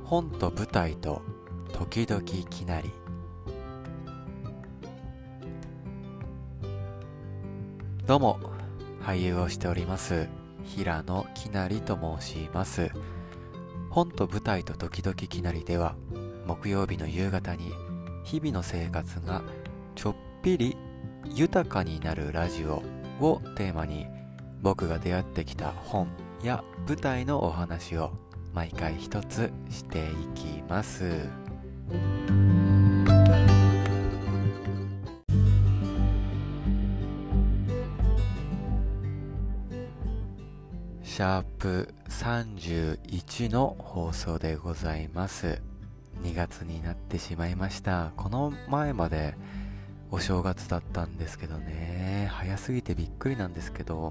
本と舞台と時々きなり。どうも、俳優をしております平野きなりと申します。本と舞台と時々きなりでは、木曜日の夕方に日々の生活がちょっぴり豊かになるラジオをテーマに、僕が出会ってきた本や舞台のお話を毎回一つしていきます。シャープ31の放送でございます。2月になってしまいました。この前までお正月だったんですけどね、早すぎてびっくりなんですけど、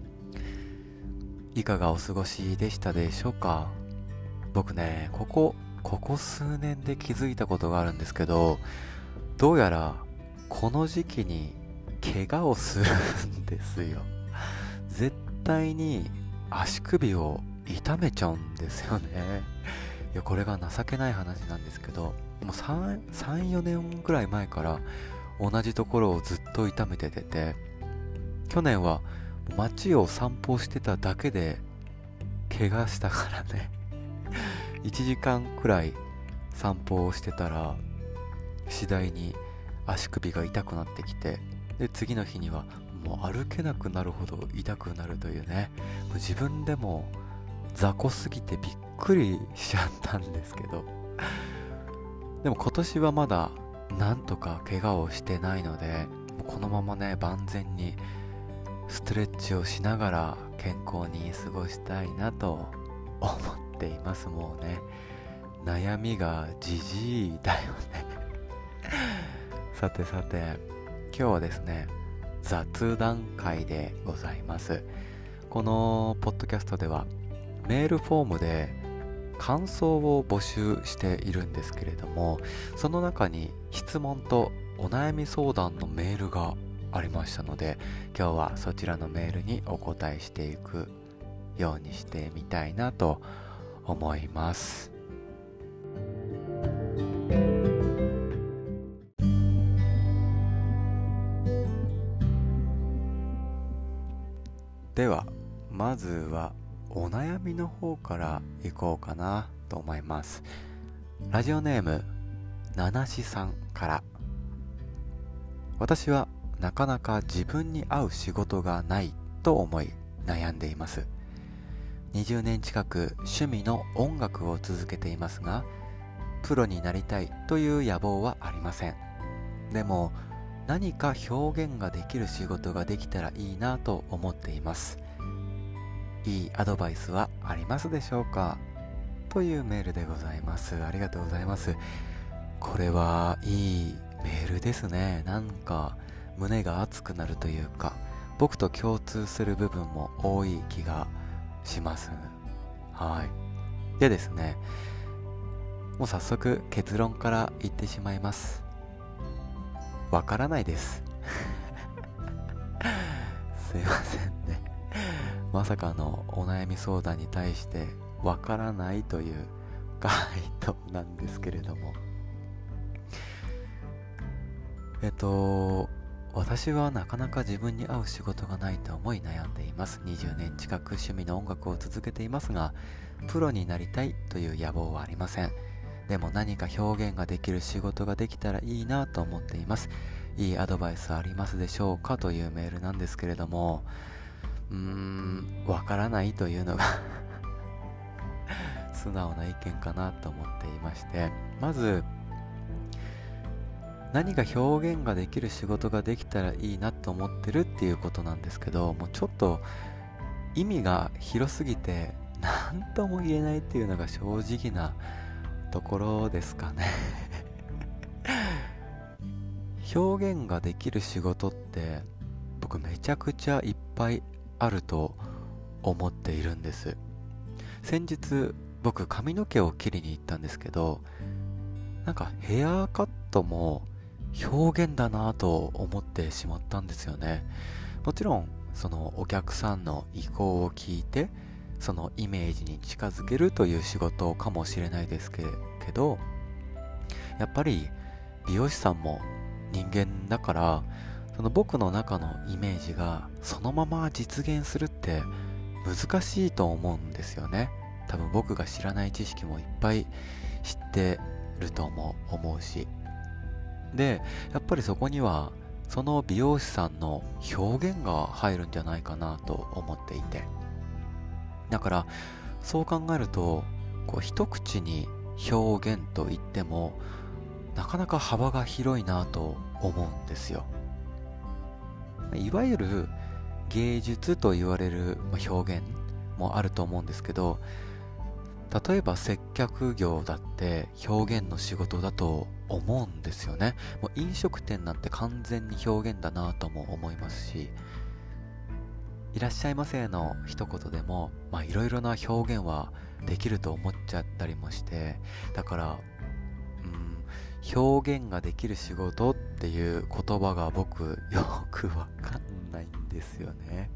いかがお過ごしでしたでしょうか。僕ね、ここ数年で気づいたことがあるんですけど、どうやらこの時期に怪我をするんですよ。絶対に足首を痛めちゃうんですよね。いや、これが情けない話なんですけど、もう3、4年ぐらい前から同じところをずっと痛めてて、去年は街を散歩してただけで怪我したからね。1時間くらい散歩をしてたら次第に足首が痛くなってきて、で次の日にはもう歩けなくなるほど痛くなるというね、もう自分でも雑魚すぎてびっくりしちゃったんですけど、でも今年はまだなんとか怪我をしてないので、もうこのままね万全にストレッチをしながら健康に過ごしたいなと思っています。もうね、悩みがじじいだよね。さて今日はですね、雑談会でございます。このポッドキャストではメールフォームで感想を募集しているんですけれども、その中に質問とお悩み相談のメールがありましたので、今日はそちらのメールにお答えしていくようにしてみたいなと思います。ではまずはお悩みの方からいこうかなと思います。ラジオネームななしさんから。私はなかなか自分に合う仕事がないと思い悩んでいます。20年近く趣味の音楽を続けていますが、プロになりたいという野望はありません。でも何か表現ができる仕事ができたらいいなと思っています。いいアドバイスはありますでしょうか、というメールでございます。ありがとうございます。これはいいメールですね。なんか胸が熱くなるというか、僕と共通する部分も多い気がします。はい。でですね、もう早速結論から言ってしまいます。わからないです。すいませんね。まさかのお悩み相談に対してわからないという回答なんですけれども、私はなかなか自分に合う仕事がないと思い悩んでいます。20年近く趣味の音楽を続けていますが、プロになりたいという野望はありません。でも何か表現ができる仕事ができたらいいなと思っています。いいアドバイスありますでしょうか、というメールなんですけれども、わからないというのが素直な意見かなと思っていまして、まず何か表現ができる仕事ができたらいいなと思ってるっていうことなんですけど、もうちょっと意味が広すぎて何とも言えないっていうのが正直なところですかね。表現ができる仕事って僕めちゃくちゃいっぱいあると思っているんです。先日僕髪の毛を切りに行ったんですけど、なんかヘアカットも表現だなと思ってしまったんですよね。もちろんそのお客さんの意向を聞いてそのイメージに近づけるという仕事かもしれないですけど、やっぱり美容師さんも人間だから、その僕の中のイメージがそのまま実現するって難しいと思うんですよね。多分僕が知らない知識もいっぱい知ってると思うし、でやっぱりそこにはその美容師さんの表現が入るんじゃないかなと思っていて、だからそう考えると、こう一口に表現と言ってもなかなか幅が広いなと思うんですよ。いわゆる芸術と言われる表現もあると思うんですけど、例えば接客業だって表現の仕事だと思うんですよね。もう飲食店なんて完全に表現だなとも思いますし、いらっしゃいませの一言でもいろいろな表現はできると思っちゃったりもして、だから表現ができる仕事っていう言葉が僕よくわかんないんですよね。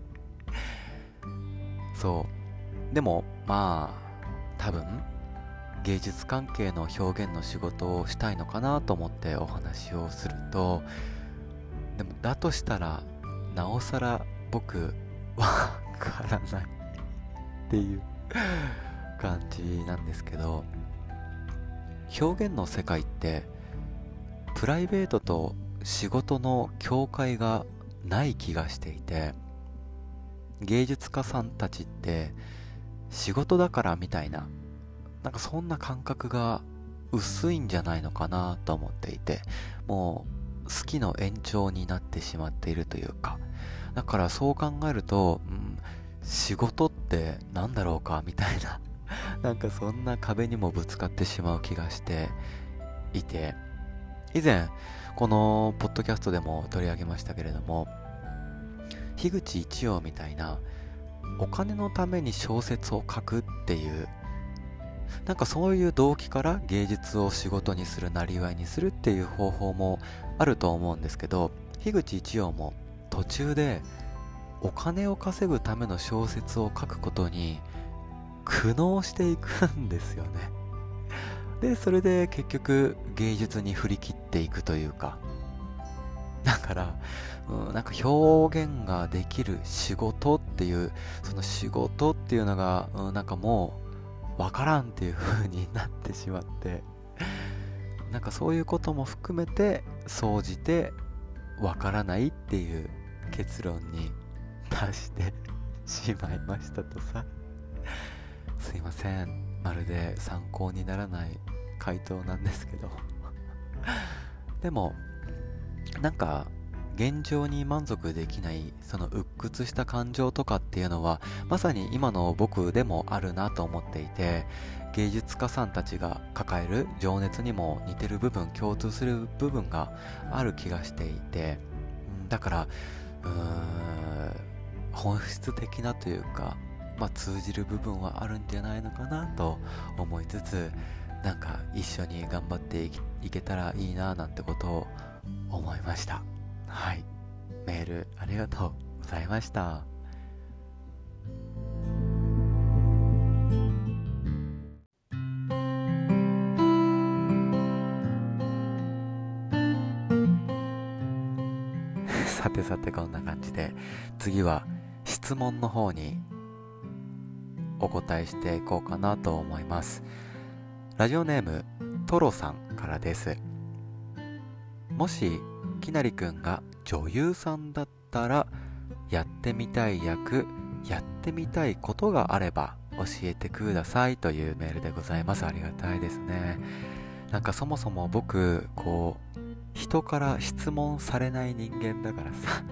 そうでも多分芸術関係の表現の仕事をしたいのかなと思ってお話をすると、でもだとしたらなおさら僕わからないっていう感じなんですけど、表現の世界ってプライベートと仕事の境界がない気がしていて、芸術家さんたちって仕事だからみたいな、なんかそんな感覚が薄いんじゃないのかなと思っていて、もう好きの延長になってしまっているというか、だからそう考えると、仕事ってなんだろうかみたいななんかそんな壁にもぶつかってしまう気がしていて、以前このポッドキャストでも取り上げましたけれども、樋口一葉みたいなお金のために小説を書くっていう、なんかそういう動機から芸術を仕事にする、なりわいにするっていう方法もあると思うんですけど、樋口一葉も途中でお金を稼ぐための小説を書くことに苦悩していくんですよね。でそれで結局芸術に振り切っていくというか、だから、なんか表現ができる仕事っていう、その仕事っていうのが、なんかもうわからんっていう風になってしまって、なんかそういうことも含めて総じてわからないっていう結論に達してしまいましたとさ。すいません、まるで参考にならない回答なんですけどでもなんか現状に満足できないその鬱屈した感情とかっていうのはまさに今の僕でもあるなと思っていて、芸術家さんたちが抱える情熱にも似てる部分、共通する部分がある気がしていて、だから本質的なというか、通じる部分はあるんじゃないのかなと思いつつ、なんか一緒に頑張っていけたらいいななんてことを思いました。はい、メールありがとうございました。さてさて、こんな感じで次は質問の方にお答えしていこうかなと思います。ラジオネームトロさんからです。もしきなりくんが女優さんだったらやってみたい役、やってみたいことがあれば教えてくださいというメールでございます。ありがたいですね。なんかそもそも僕人から質問されない人間だからさ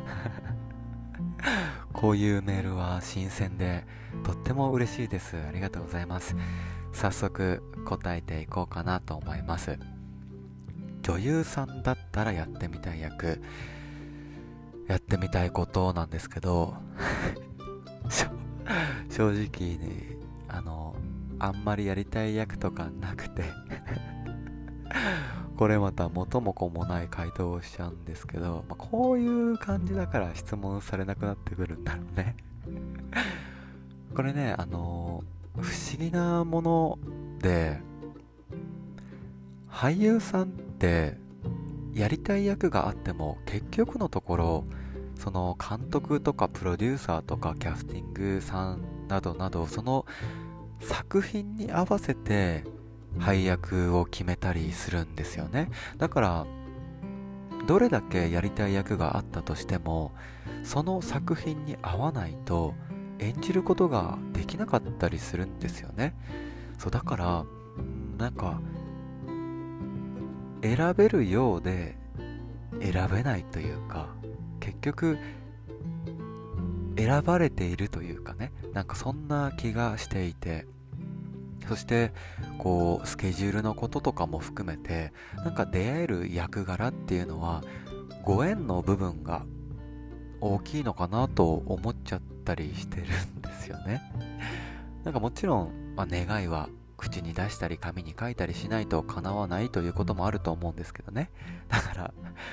こういうメールは新鮮でとっても嬉しいです。ありがとうございます。早速答えていこうかなと思います。女優さんだったらやってみたい役、やってみたいことなんですけど正直ね、あんまりやりたい役とかなくてこれまた元も子もない回答をしちゃうんですけど、こういう感じだから質問されなくなってくるんだろうねこれね、不思議なもので、俳優さんってやりたい役があっても結局のところ、その監督とかプロデューサーとかキャスティングさんなどなど、その作品に合わせて配役を決めたりするんですよね。だからどれだけやりたい役があったとしても、その作品に合わないと演じることができなかったりするんですよね。そうだから、なんか選べるようで選べないというか、結局選ばれているというかね、なんかそんな気がしていて、そしてこうスケジュールのこととかも含めて、なんか出会える役柄っていうのはご縁の部分が大きいのかなと思っちゃったりしてるんですよね。なんかもちろん、願いは口に出したり紙に書いたりしないと叶わないということもあると思うんですけどね。だから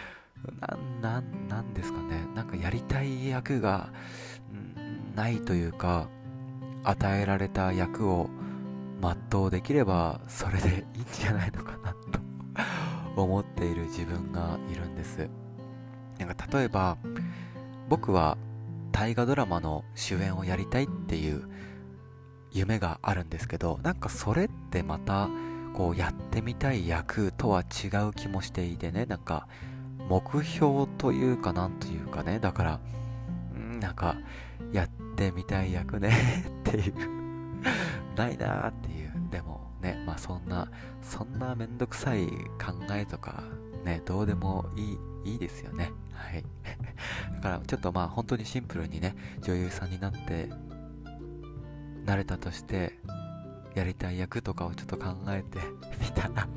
なんですかね、なんかやりたい役がないというか、与えられた役を全うできればそれでいいんじゃないのかなと思っている自分がいるんです。なんか例えば僕は大河ドラマの主演をやりたいっていう夢があるんですけど、なんかそれってまたこうやってみたい役とは違う気もしていてね、なんか目標というかなんというかね、だからなんかやってみたい役ねっていうないなーっていう。でもね、そんなめんどくさい考えとかね、どうでもいいですよね。はいだからちょっと本当にシンプルにね、女優さんになれたとして、やりたい役とかをちょっと考えてみたら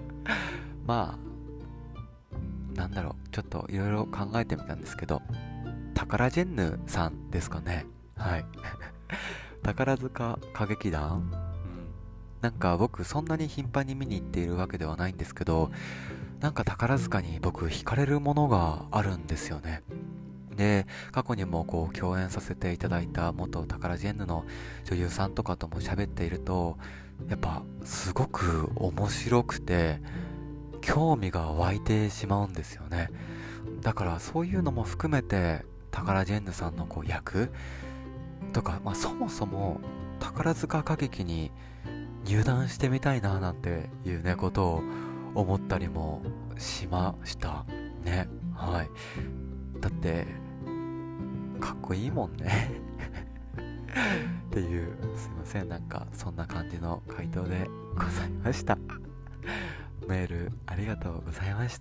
なんだろう、ちょっといろいろ考えてみたんですけど、タカラジェンヌさんですかね。はい宝塚歌劇団、なんか僕そんなに頻繁に見に行っているわけではないんですけど、なんか宝塚に僕惹かれるものがあるんですよね。で、過去にもこう共演させていただいた元タカラジェンヌの女優さんとかとも喋っていると、やっぱすごく面白くて興味が湧いてしまうんですよね。だからそういうのも含めてタカラジェンヌさんのこう役とか、そもそも宝塚歌劇に入団してみたいななんていうねことを思ったりもしましたね。はい。だってかっこいいもんねっていう、すいません、なんかそんな感じの回答でございました。メールありがとうございました。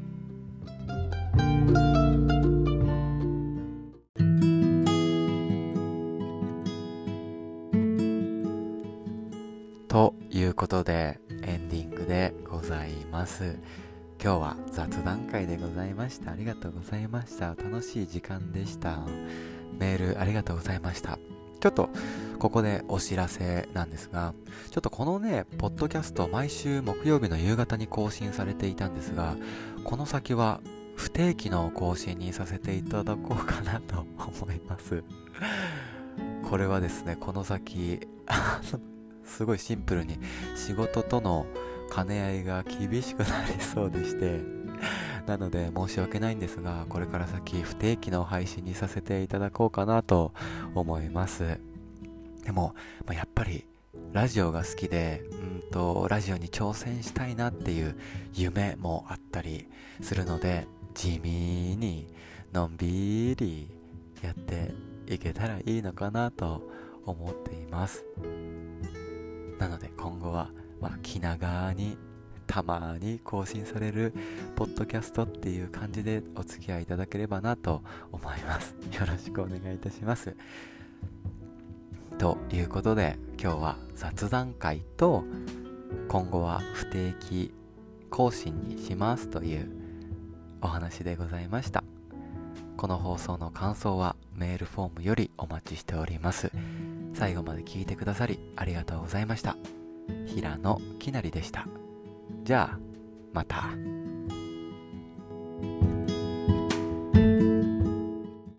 ということでエンディングでございます。今日は雑談会でございました。ありがとうございました。楽しい時間でした。メールありがとうございました。ちょっとここでお知らせなんですが、ちょっとこのねポッドキャスト毎週木曜日の夕方に更新されていたんですが、この先は不定期の更新にさせていただこうかなと思います。これはですね、この先すごいシンプルに仕事との兼ね合いが厳しくなりそうでして、なので申し訳ないんですが、これから先不定期の配信にさせていただこうかなと思います。でも、やっぱりラジオが好きで、ラジオに挑戦したいなっていう夢もあったりするので、地味にのんびりやっていけたらいいのかなと思っています。なので今後は気長にたまに更新されるポッドキャストっていう感じでお付き合いいただければなと思います。よろしくお願いいたします。ということで今日は雑談会と今後は不定期更新にしますというお話でございました。この放送の感想はメールフォームよりお待ちしております。最後まで聞いてくださりありがとうございました。平野きなりでした。じゃあまた。